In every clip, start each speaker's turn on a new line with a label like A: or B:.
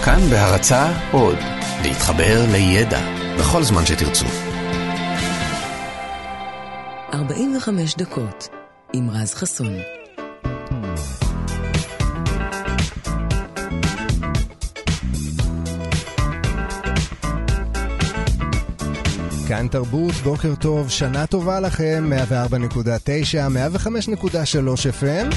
A: כאן בהרצאה עוד, להתחבר לידע בכל זמן שתרצו.
B: 45 דקות עם רז חסון.
C: כאן תרבות, בוקר טוב, שנה טובה לכם, 104.9, 105.3 FM.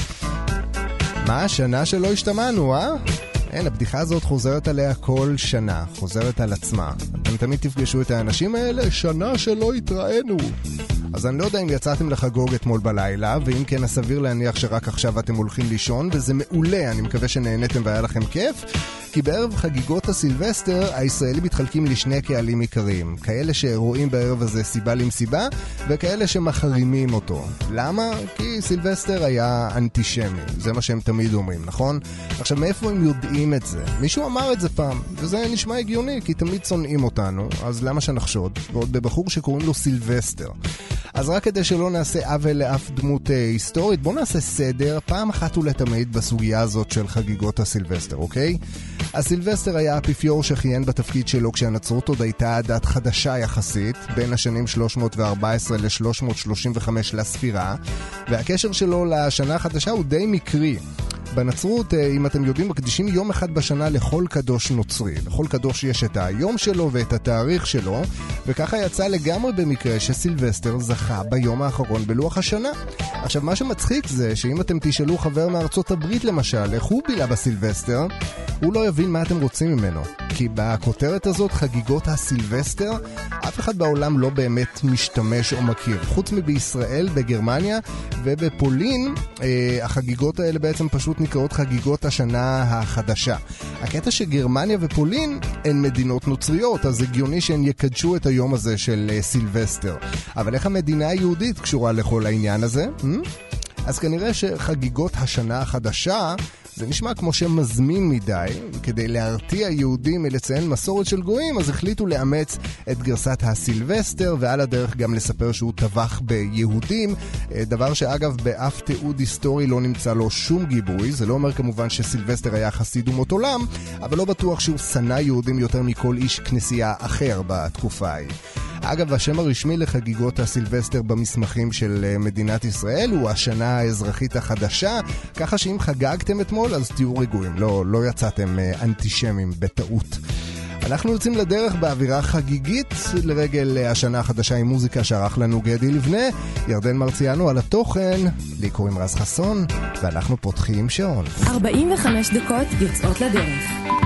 C: מה, שנה שלא השתמענו, אין, הבדיחה הזאת חוזרת עליה כל שנה, חוזרת על עצמה. אתם תמיד תפגשו את האנשים האלה, שנה שלא התראינו. אז אני לא יודע אם יצאתם לחגוג אתמול בלילה, ואם כן הסביר להניח שרק עכשיו אתם הולכים לישון, וזה מעולה, אני מקווה שנהנתם והיה לכם כיף, כי בערב חגיגות הסילבסטר, הישראלים מתחלקים לשני קהלים עיקריים, כאלה שרואים בערב הזה סיבה למסיבה, וכאלה שמחרימים אותו. למה? כי סילבסטר היה אנטישמי, זה מה שהם תמיד אומרים, נכון? עכשיו, מאיפה הם יודעים את זה? מישהו אמר את זה פעם, וזה נשמע הגיוני, כי תמיד צונאים אותנו, אז למה שנחשוד? ועוד בבחור שקוראים לו סילבסטר. אז רק כדי שלא נעשה עוול לאף דמות היסטורית, בואו נעשה סדר פעם אחת ולתמיד בסוגיה הזאת של חגיגות הסילבסטר, אוקיי? הסילבסטר היה האפיפיור שחיין בתפקיד שלו כשהנצרות עוד הייתה דת חדשה יחסית, בין השנים 314 ל-335 לספירה, והקשר שלו לשנה החדשה הוא די מקרי. בנצרות, אם אתם יודעים, מקדישים יום אחד בשנה לכל קדוש נוצרי. לכל קדוש יש את היום שלו ואת התאריך שלו, וככה יצא לגמרי במקרה שסילבסטר זכה ביום האחרון בלוח השנה. עכשיו, מה שמצחיק זה שאם אתם תשאלו חבר מארצות הברית למשל, איך הוא בילה בסילבסטר, הוא לא יבין מה אתם רוצים ממנו. כי בכותרת הזאת, חגיגות הסילבסטר, אף אחד בעולם לא באמת משתמש או מכיר. חוץ מבישראל, בגרמניה ובפולין, החגיגות האלה בעצם פשוט נקראות חגיגות השנה החדשה. הקטע שגרמניה ופולין הן מדינות נוצריות, אז הגיוני שהן יקדשו את היום הזה של סילבסטר. אבל איך המדינה היהודית קשורה לכל העניין הזה? אז כנראה שחגיגות השנה החדשה זה נשמע כמו שמזמין מדי, כדי להרתיע יהודים מלציין מסורת של גויים, אז החליטו לאמץ את גרסת הסילבסטר, ועל הדרך גם לספר שהוא טבח ביהודים, דבר שאגב באף תיעוד היסטורי לא נמצא לו שום גיבוי. זה לא אומר כמובן שסילבסטר היה חסיד אומות עולם, אבל לא בטוח שהוא שנא יהודים יותר מכל איש כנסייה אחר בתקופה ההיא. אגב, השם הרשמי לחגיגות הסילבסטר במסמכים של מדינת ישראל הוא השנה האזרחית החדשה, ככה שאם חגגתם אתמול אז תהיו רגועים, לא יצאתם אנטישמים בטעות. אנחנו יוצאים לדרך באווירה חגיגית לרגל השנה החדשה עם מוזיקה שערך לנו גדי לבנה, ירדן מרציאנו על התוכן, לי קוראים רז חסון, ואנחנו פותחים שעון.
B: 45 דקות יוצאות לדרך.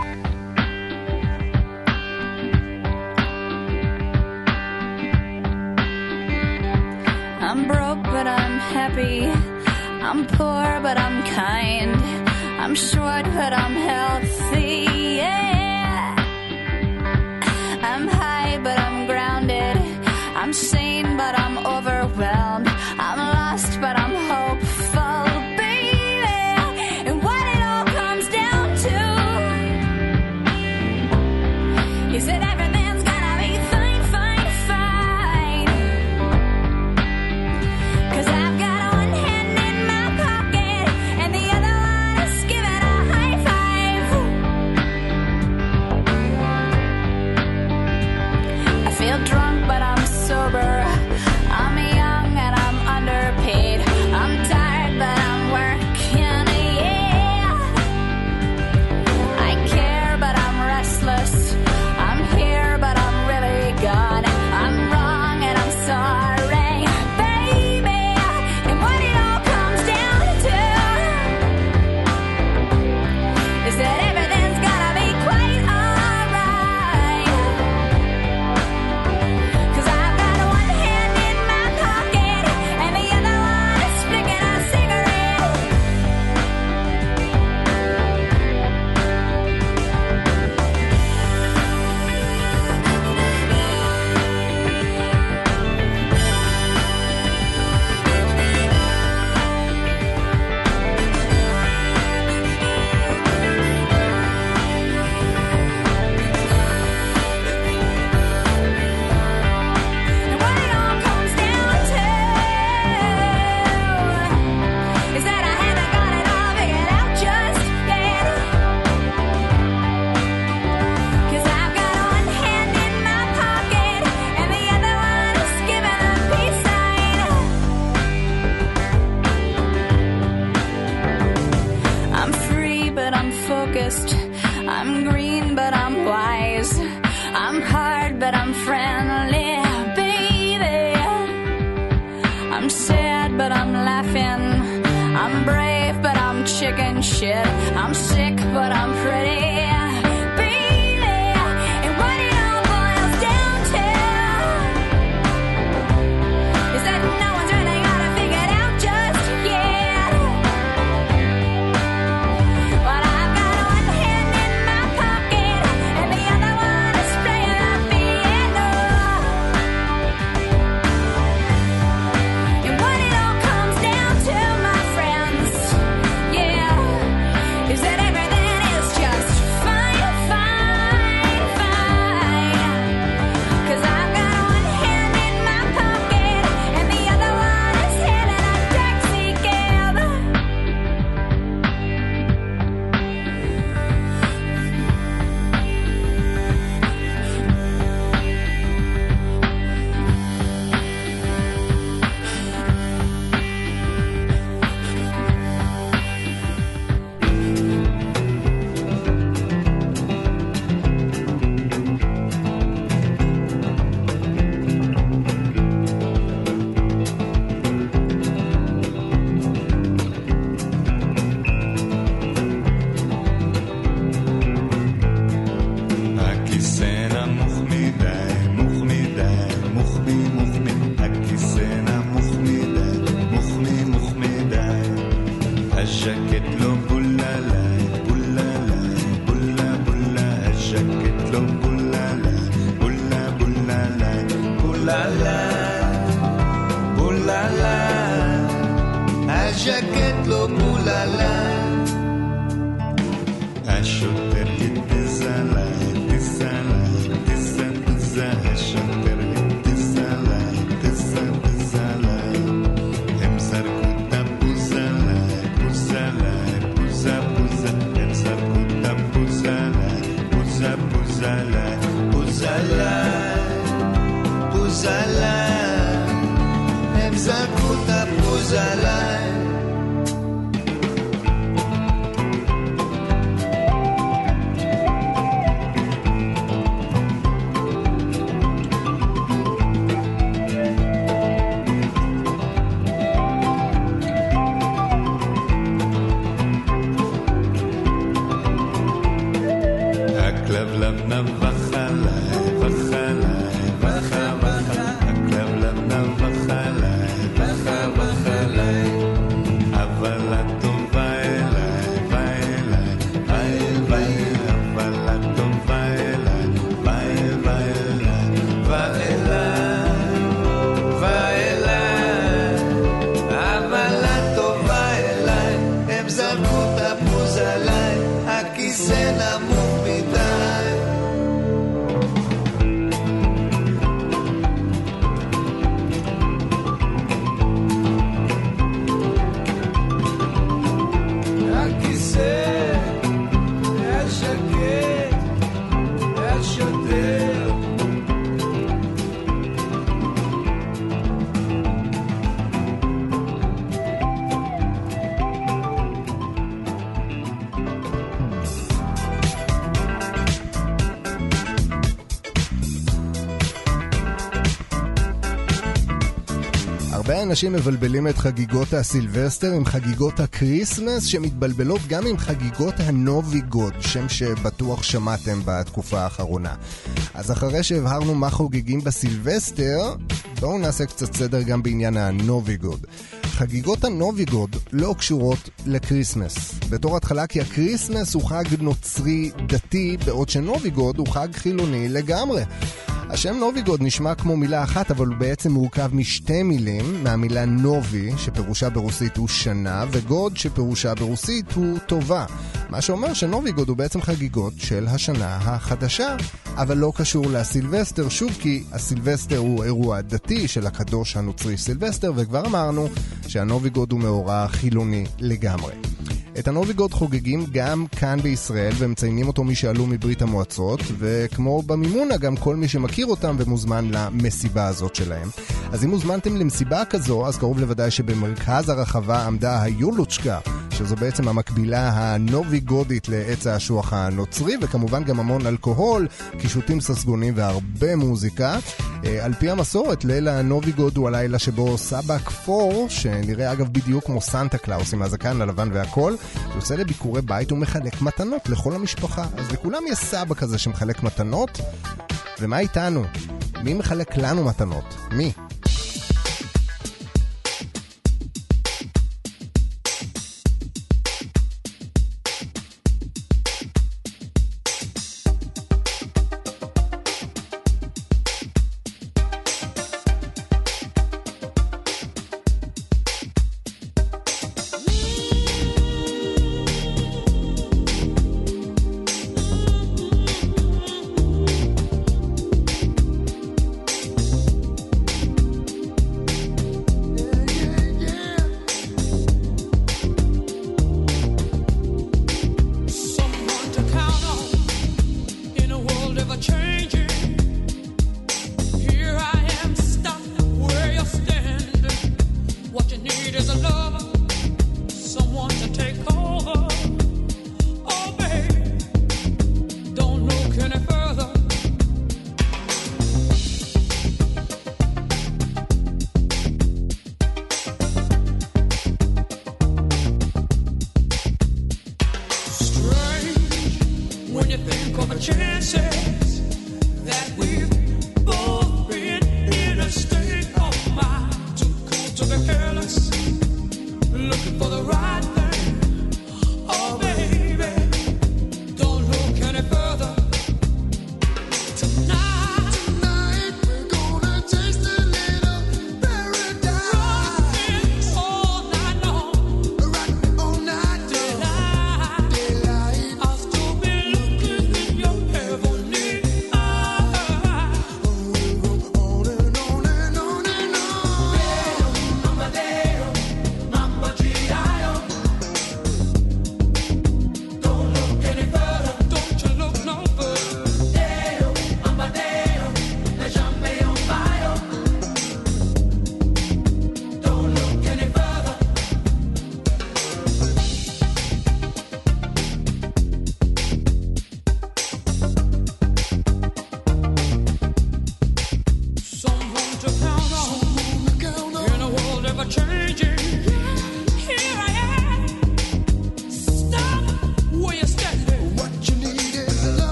D: I'm broke, but I'm happy. I'm poor, but I'm kind. I'm short, but I'm healthy. Yeah. I'm high, but I'm grounded. I'm sane, but I'm overwhelmed. I'm lost, but I'm hopeful, baby. And what it all comes down to is that everything's gonna be fine, fine, fine. 'Cause I've got one hand in my pocket and the other one is giving a high five. twist. I'm green, but I'm wise. I'm hard, but I'm friendly, baby. I'm sad, but I'm laughing. I'm brave, but I'm chicken shit. I'm sick, but I'm pretty.
C: הרבה אנשים מבלבלים את חגיגות הסילבסטר עם חגיגות הקריסמס, שמתבלבלות גם עם חגיגות הנובי גוד, שם שבטוח שמעתם בתקופה האחרונה. אז אחרי שהבהרנו מה חוגגים בסילבסטר, בואו נעשה קצת סדר גם בעניין הנובי גוד. חגיגות הנובי גוד לא קשורות לקריסמס. בתור התחלה, כי הקריסמס הוא חג נוצרי דתי, בעוד שנובי גוד הוא חג חילוני לגמרי. השם נובי גוד נשמע כמו מילה אחת, אבל הוא בעצם מורכב משתי מילים, מהמילה נובי, שפירושה ברוסית הוא שנה, וגוד שפירושה ברוסית הוא טובה. מה שאומר שנובי גוד הוא בעצם חגיגות של השנה החדשה, אבל לא קשור לסילבסטר, שוב כי הסילבסטר הוא אירוע דתי של הקדוש הנוצרי סילבסטר, וכבר אמרנו שהנובי גוד הוא מאורע חילוני לגמרי. את הנוביגוד חוגגים גם כאן בישראל, ומציינים אותו מי שעלו מברית המועצות, וכמו במימונה גם כל מי שמכיר אותם ומוזמן למסיבה הזאת שלהם. אז אם הוזמנתם למסיבה כזו, אז קרוב לוודאי שבמרכז הרחבה עמדה היולוצ'קה, שזו בעצם המקבילה הנוביגודית לעץ האשוח הנוצרי, וכמובן גם המון אלכוהול, קישוטים ססגונים והרבה מוזיקה. על פי המסורת, ליל הנוביגוד הוא הלילה שבו סבא כפור, שנראה אגב בדיוק כמו סנטה קלאוס עם הזקן הלבן והכל, יוצא לביקורי בית ומחלק מתנות לכל המשפחה. אז לכולם יש סבא כזה שמחלק מתנות. ומה איתנו? מי מחלק לנו מתנות? מי?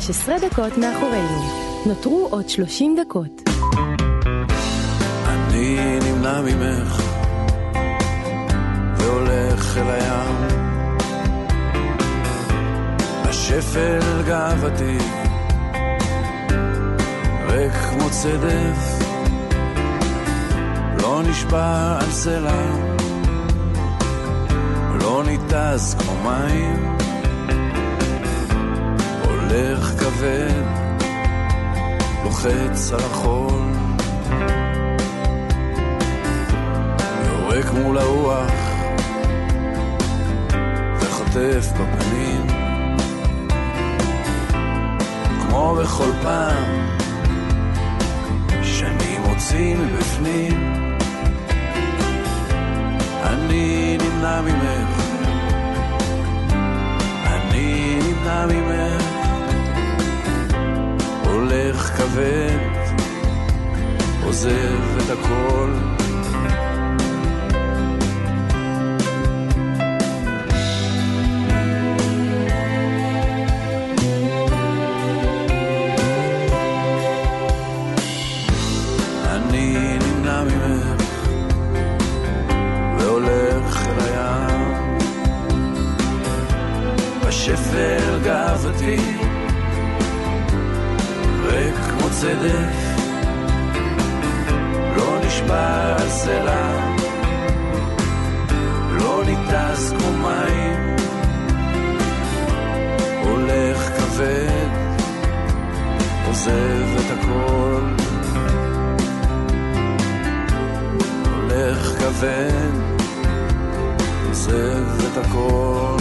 B: 15 דקות מאחורינו. נותרו עוד 30 דקות.
E: אני נמנע ממך והולך אל הים, בשפל גאוותי ריק כמו צדף, לא נשבע על סלע, לא ניתז כמו מים, הולך כבד, לוחץ על החול, יורק מול הרוח וחוטף בפנים, כמו בכל פעם שאני מוציא מבפנים. אני נמנע ממך, אני נמנע ממך, הולך כבד, עוזב את הכל, אני נמנע ממך והולך אל הים, בשפל גאוותי ריק כמו צדף, לא נשבע על סלע, לא ניתז כמו מים, הולך כבד, עוזב את הכל, הולך כבד, עוזב את הכל.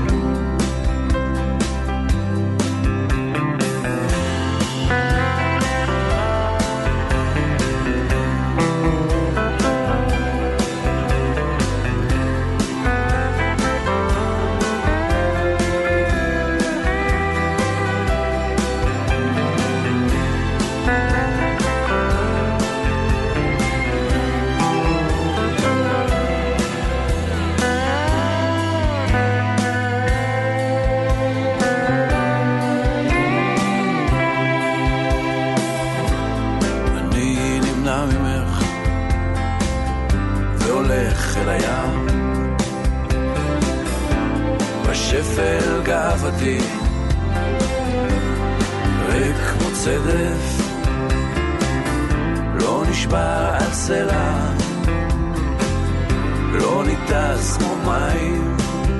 E: בשפל גאוותי ריק כמו צדף, לא נשבע על סלע, לא ניתז כמו מים,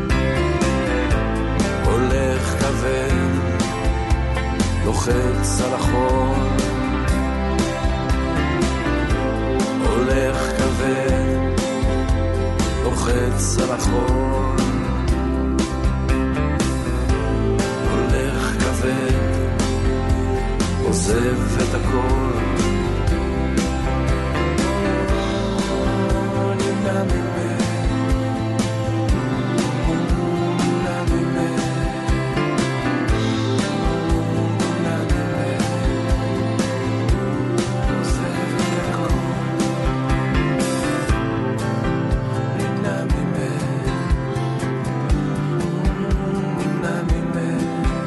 E: הולך כבד, לוחץ על החול, הולך כבד, לוחץ על החול, עוזב את הכל, נמנע ממך, נמנע ממך, נמנע ממך, עוזב את הכל, נמנע ממך, נמנע ממך,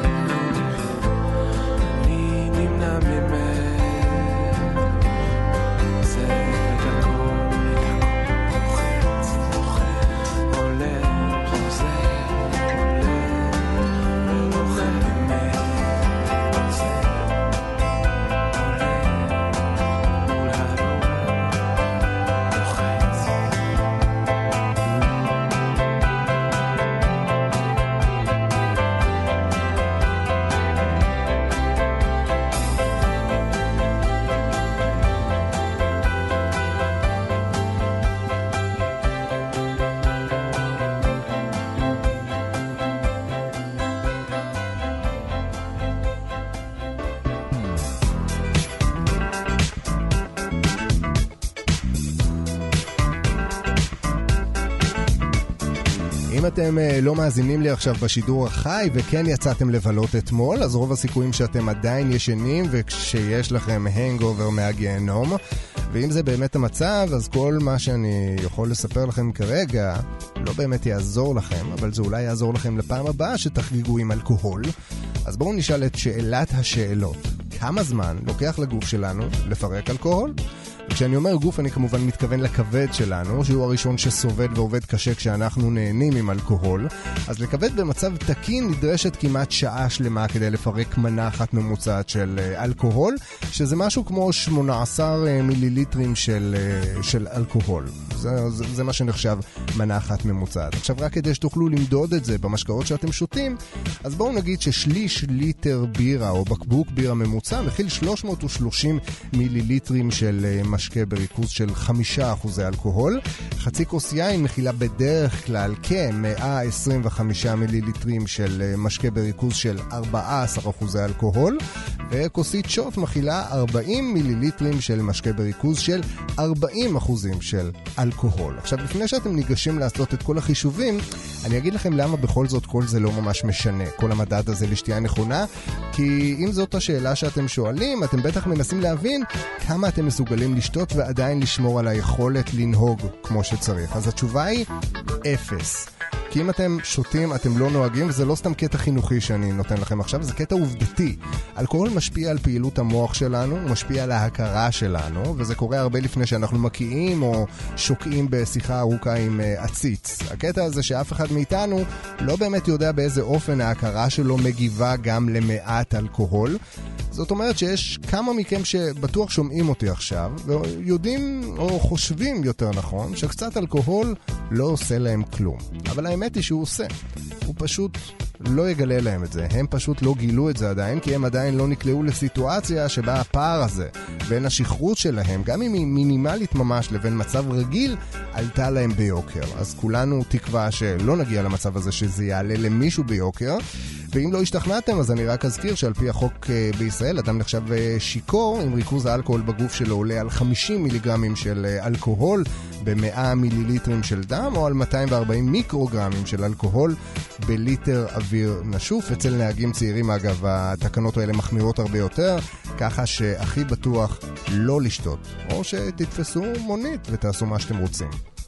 C: אם אתם לא מאזינים לי עכשיו בשידור החי וכן יצאתם לבלות אתמול, אז רוב הסיכויים שאתם עדיין ישנים וכשיש לכם הנגאובר מהגיהנום. ואם זה באמת המצב, אז כל מה שאני יכול לספר לכם כרגע לא באמת יעזור לכם, אבל זה אולי יעזור לכם לפעם הבאה שתחגיגו עם אלכוהול. אז בואו נשאל את שאלת השאלות. כמה זמן לוקח לגוף שלנו לפרק אלכוהול? וכשאני אומר גוף, אני כמובן מתכוון לכבד שלנו, שהוא הראשון שסובד ועובד קשה כשאנחנו נהנים עם אלכוהול. אז לכבד במצב תקין נדרשת כמעט שעה שלמה כדי לפרק מנה אחת ממוצעת של אלכוהול, שזה משהו כמו 18 מיליליטרים של אלכוהול. זה מה שנחשב מנה אחת ממוצעת. עכשיו רק כדי שתוכלו למדוד את זה במשקאות שאתם שותים, אז בואו נגיד ששליש ליטר בירה או בקבוק בירה ממוצע מכיל 330 מיליליטרים של משקה בריכוז של 5% אלכוהול. חצי כוס יין מכילה בדרך כלל כ-125 מיליליטרים של משקה בריכוז של 14% אלכוהול, וכוסית שוט מכילה 40 מיליליטרים של משקה בריכוז של 40% של אלכוהול. עכשיו, לפני שאתם ניגשים לעשות את כל החישובים, אני אגיד לכם למה בכל זאת כל זה לא ממש משנה, כל המדד הזה לשתייה נכונה, כי אם זאת השאלה שאתם שואלים, אתם בטח מנסים להבין כמה אתם מסוגלים לשתות ועדיין לשמור על היכולת לנהוג כמו שצריך. אז התשובה היא 0. כי אם אתם שותים, אתם לא נוהגים, וזה לא סתם קטע חינוכי שאני נותן לכם עכשיו, זה קטע עובדתי. אלכוהול משפיע על פעילות המוח שלנו, הוא משפיע על ההכרה שלנו, וזה קורה הרבה לפני שאנחנו מקיאים או שוקעים בשיחה ארוכה עם עציץ. הקטע הזה שאף אחד מאיתנו לא באמת יודע באיזה אופן ההכרה שלו מגיבה גם למעט אלכוהול. זאת אומרת שיש כמה מכם שבטוח שומעים אותי עכשיו, ויודעים או חושבים יותר נכון, שקצת אלכוהול לא עושה להם כלום. אבל האמת היא שהוא עושה. הוא פשוט לא יגלה להם את זה. הם פשוט לא גילו את זה עדיין, כי הם עדיין לא נקלעו לסיטואציה שבה הפער הזה בין השכרות שלהם, גם אם היא מינימלית ממש לבין מצב רגיל, עלתה להם ביוקר. אז כולנו תקווה שלא נגיע למצב הזה שזה יעלה למישהו ביוקר. ואם לא השתכנעתם, אז אני רק אזכיר שעל פי החוק בישראל, אדם נחשב שיקור, אם ריכוז האלכוהול בגוף שלו עולה על 50 מיליגרמים של אלכוהול ב-100 מיליליטרים של דם, או על 240 מיקרוגרמים של אלכוהול בליטר אוויר נשוף. אצל נהגים צעירים, אגב, התקנות האלה מחמירות הרבה יותר, ככה שהכי בטוח לא לשתות, או שתתפסו מונית ותעשו מה שאתם רוצים.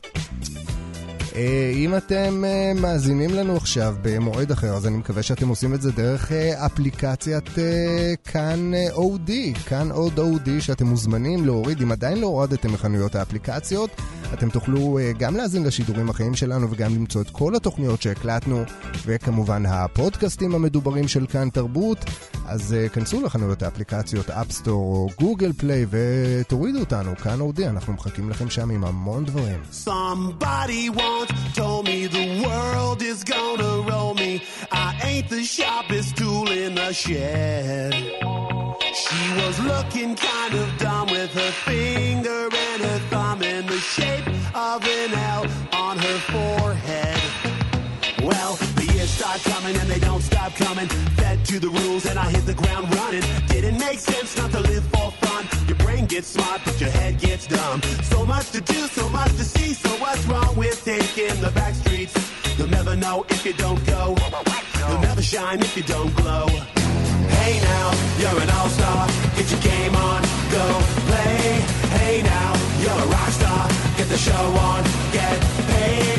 C: אם אתם מאזינים לנו עכשיו במועד אחר, אז אני מקווה שאתם עושים את זה דרך אפליקציית כאן אודי, כאן עוד אודי, שאתם מוזמנים להוריד. אם עדיין לא הורדתם מחנויות האפליקציות, אתם תוכלו גם להאזין לשידורים החיים שלנו וגם למצוא את כל התוכניות שהקלטנו, וכמובן הפודקאסטים המדוברים של כאן תרבות. אז כנסו לחנויות האפליקציות אפסטור או גוגל פליי ותורידו אותנו, כאן אודי, אנחנו מחכים לכם שם עם המון דברים.
F: Somebody once told me the world is gonna roll me. I ain't the sharpest tool in the shed. She was looking kind of dumb with her finger and her thumb in the shape of an L on her forehead. Well, the years start coming and they don't stop coming. Fed to the rules and I hit the ground running. Didn't make sense not to live for fun. Your brain gets smart but your head gets dumb. So much to do, so much to see. So what's wrong with taking the back streets? You'll never know if you don't go. You'll never shine if you don't glow. Hey now, you're an all-star. Get your game on, go play. Hey now, you're a rock star. Get the show on, get paid.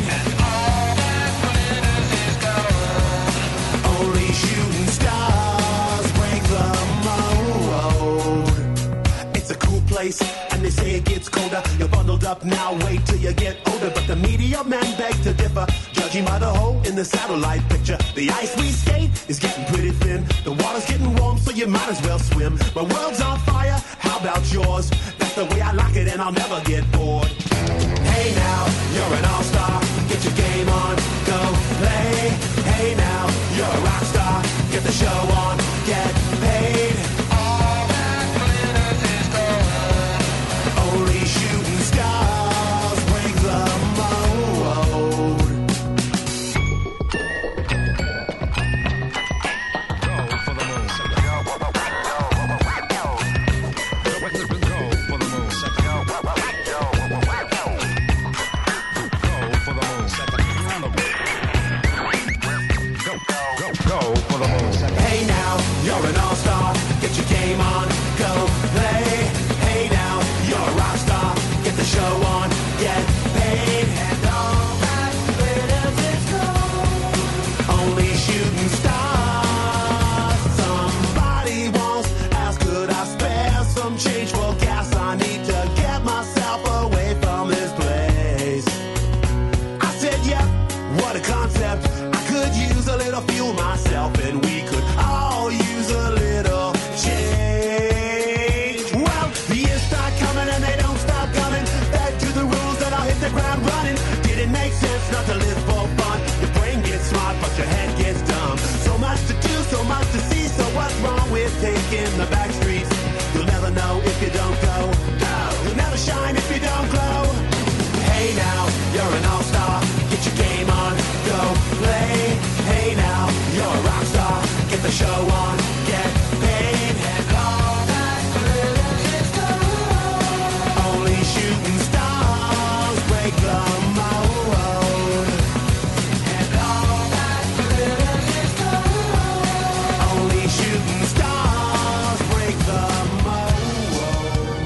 F: Shooting stars break the mold. It's a cool place, and they say it gets colder. You're bundled up now, wait till you get older. But the media men beg to differ, judging by the hole in the satellite picture. The ice we skate is getting pretty thin. The water's getting warm, so you might as well swim. My world's on fire, how about yours? That's the way I like it, and I'll never get bored. Hey now, you're an all-star. Get your game on, go play. Hey now, you're a rock star. Get the show on, get paid. All that glitters is gold. Only shooting stars break the mold. Go for the moon. Go for the moon. Hey now, show on, get paid, and all that glitters is gold. Only shooting stars break the mold. And all that glitters is gold. Only shooting stars break the mold.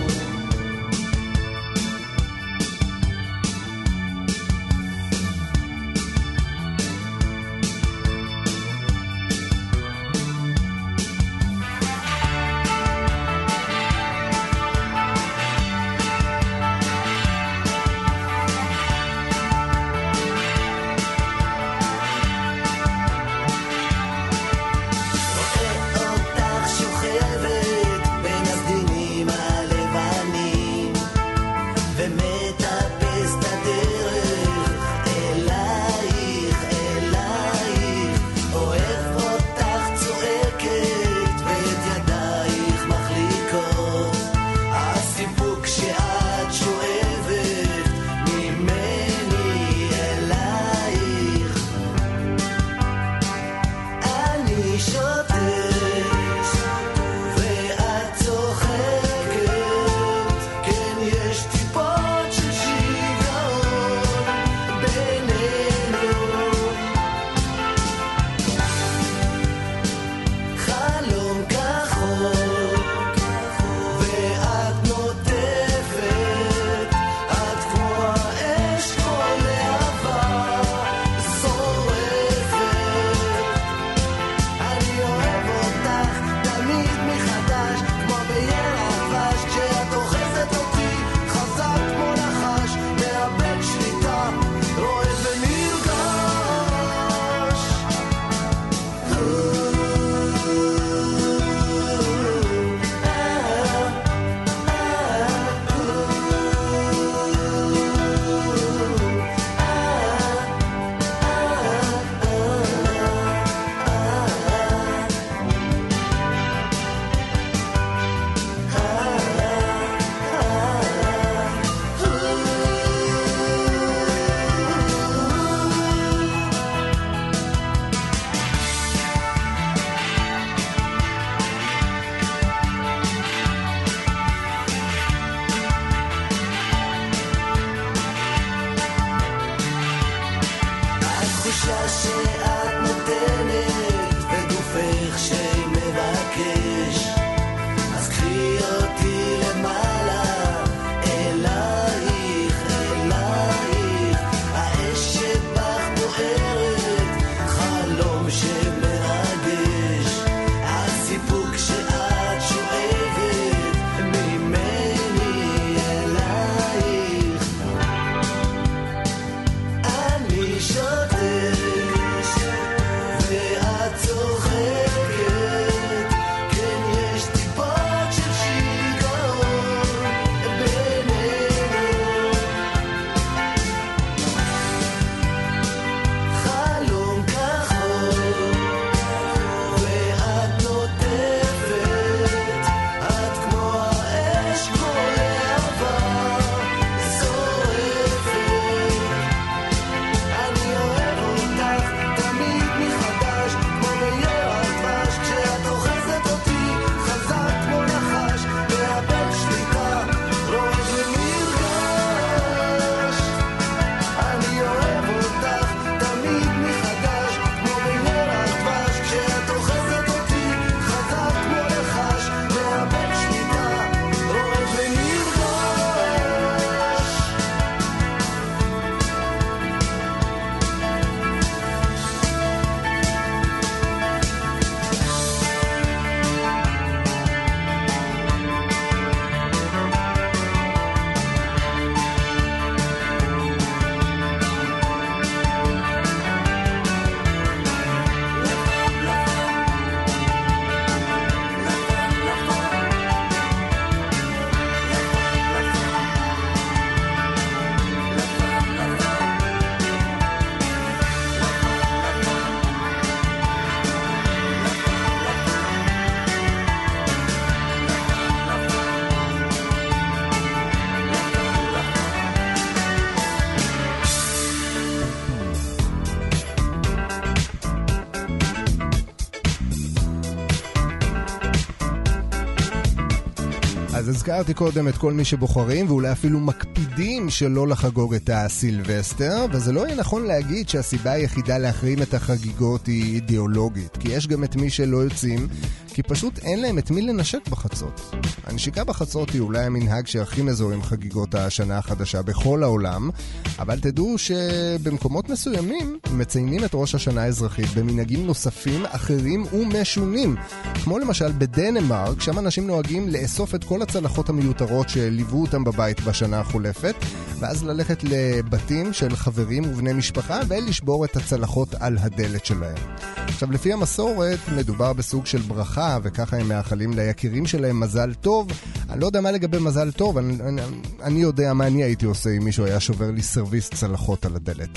C: אז הזכרתי קודם את כל מי שבוחרים ואולי אפילו מקפידים שלא לחגוג את הסילבסטר, וזה לא יהיה נכון להגיד שהסיבה היחידה להחרים את החגיגות היא אידיאולוגית, כי יש גם את מי שלא יוצאים, כי פשוט אין להם את מי לנשק בחצות. הנשיקה בחצות היא אולי המנהג שהכי מזוהים חגיגות השנה החדשה בכל העולם, אבל תדעו שבמקומות מסוימים מציינים את ראש השנה האזרחית במנהגים נוספים אחרים ומשונים, כמו למשל בדנמרק, שם אנשים נוהגים לאסוף את כל הצלחות המיותרות שליוו אותם בבית בשנה החולפת, ואז ללכת לבתים של חברים ובני משפחה ולשבור את הצלחות על הדלת שלהם. עכשיו, לפי המסורת מדובר בסוג של ברכה, וככה הם מאחלים ליקירים שלהם מזל טוב. אני לא יודע מה לגבי מזל טוב, אני יודע מה אני הייתי עושה אם מישהו היה שובר לי סרוויס צלחות על הדלת.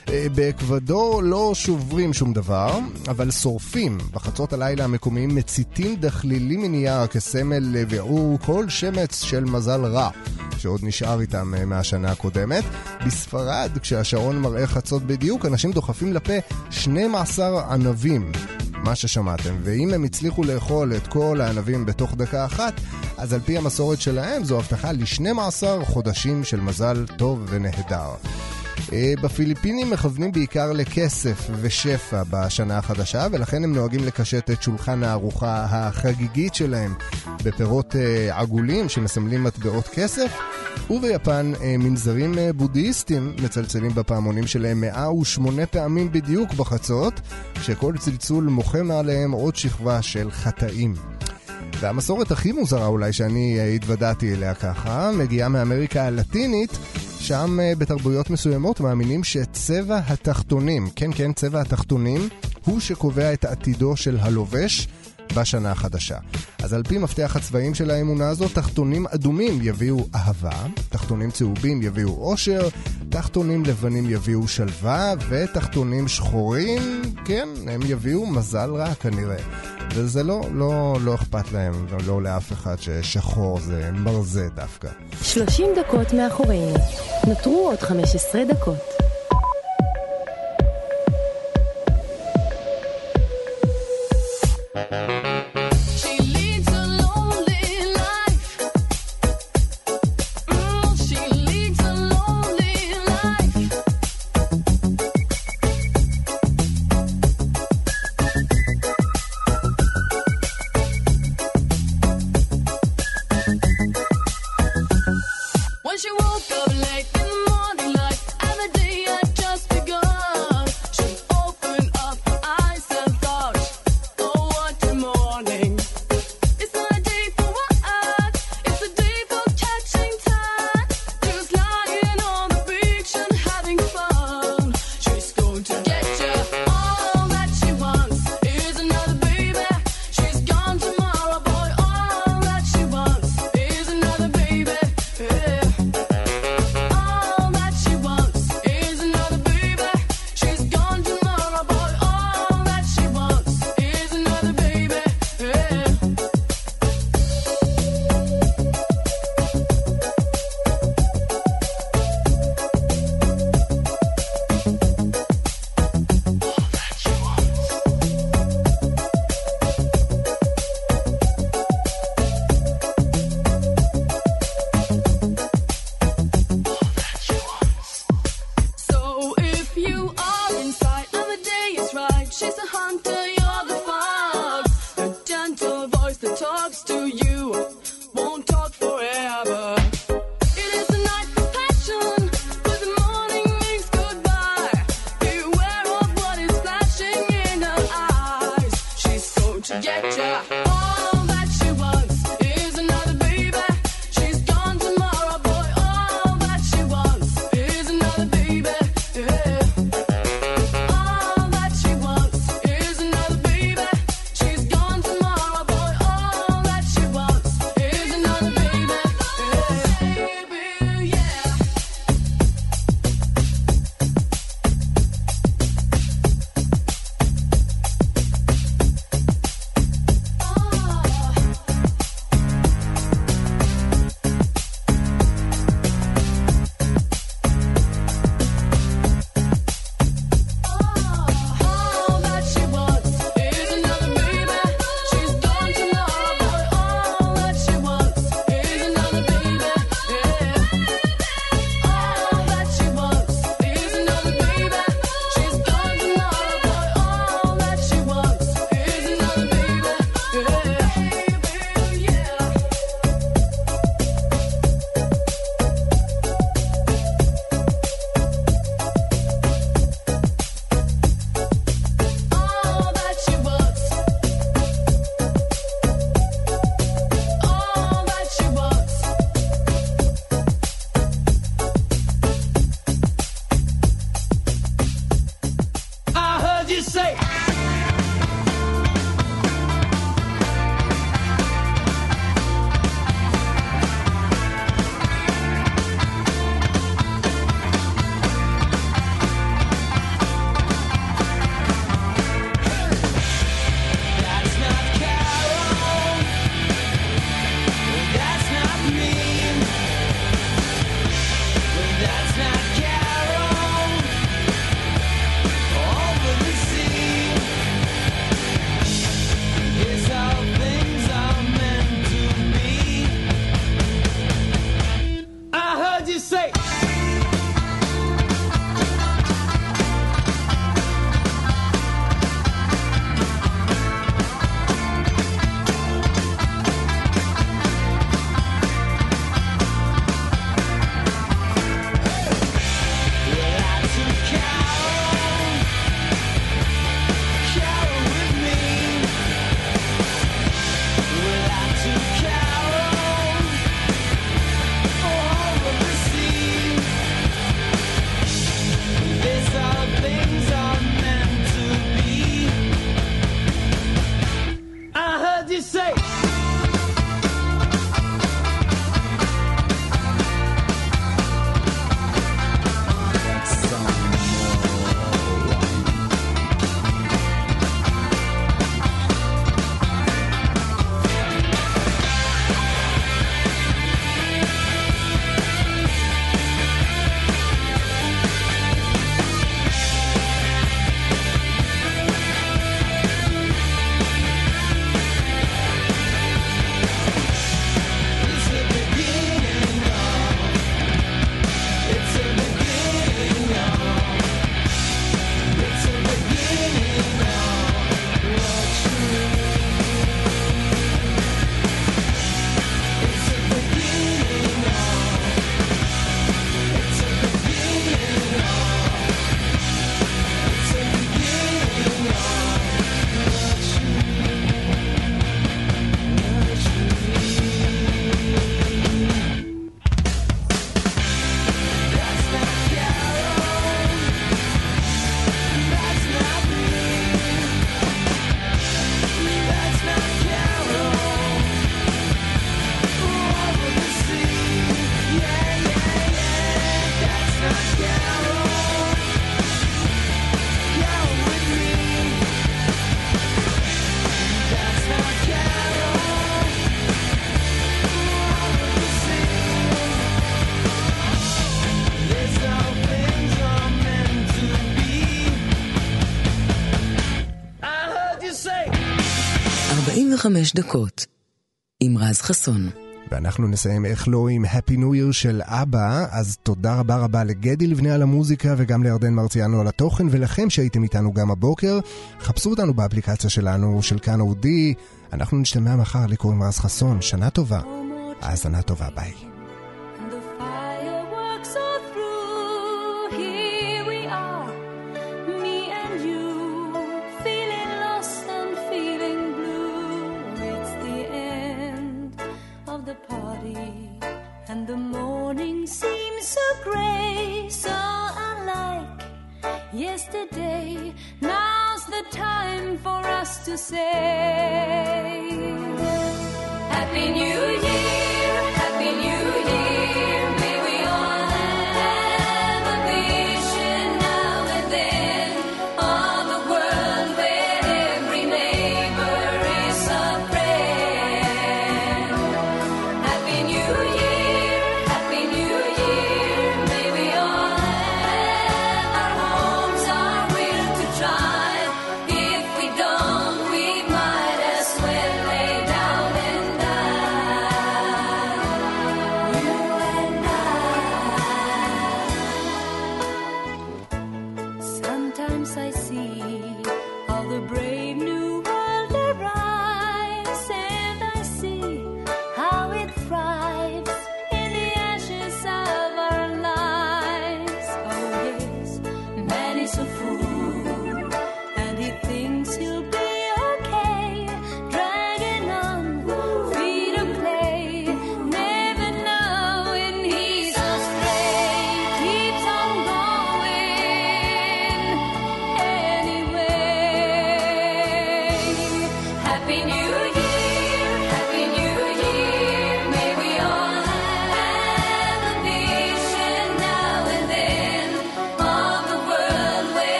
C: באקוודור לא שוברים שום דבר, אבל שורפים. בחצות הלילה המקומיים מציתים דחלילים מנייר כסמל לביעור כל שמץ של מזל רע שעוד נשאר איתם מהשנה הקודמת. בספרד, כשהשעון מראה חצות בדיוק, אנשים דוחפים לפה 12 ענבים, מה ששמעתם, ואם הם הצליחו לאכול את כל הענבים בתוך דקה אחת, אז על פי המסורת שלהם זו הבטחה ל-12 חודשים של מזל טוב ונהדר. בפיליפינים מכוונים בעיקר לכסף ושפע בשנה החדשה, ולכן הם נוהגים לקשט את שולחן הארוחה החגיגית שלהם בפירות עגולים שמסמלים מטבעות כסף. וביפן מנזרים בודהיסטים מצלצלים בפעמונים שלהם 108 פעמים בדיוק בחצות, שכל צלצול מוחם עליהם עוד שכבה של חטאים. והמסורת הכי מוזרה אולי שאני התוודעתי אליה ככה מגיעה מאמריקה הלטינית, שם בתרבויות מסוימות מאמינים שצבע התחתונים, כן, צבע התחתונים, הוא שקובע את עתידו של הלובש בשנה החדשה. אז על פי מפתח הצבעים של האמונה הזאת, תחתונים אדומים יביאו אהבה, תחתונים צהובים יביאו אושר, תחתונים לבנים יביאו שלווה, ותחתונים שחורים, כן, הם יביאו מזל רע כנראה. וזה לא אכפת להם, לא לאף אחד ששחור זה מרזה דווקא.
B: 30 דקות מאחורינו. נותרו עוד 15 דקות.
G: When she woke up late in the morning, like every day 5 דקות, עם רז חסון.
C: ואנחנו נסיים איך לא עם Happy New Year של אבא, אז תודה רבה רבה לגדי לבני על המוזיקה וגם לירדן מרציאנו על התוכן, ולכם שהייתם איתנו גם הבוקר. חפשו אותנו באפליקציה שלנו, של כאן אודי. אנחנו נשתמע מחר. לי קוראים רז חסון, שנה טובה. האזנה טובה, ביי.
H: And the morning seems so gray, so unlike yesterday. Now's the time for us to say Happy New Year, Happy New Year. May we all have a vision now and then of a world where every neighbor is a friend. Happy New Year.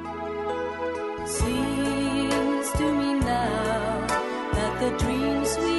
H: Seems to me now that the dreams we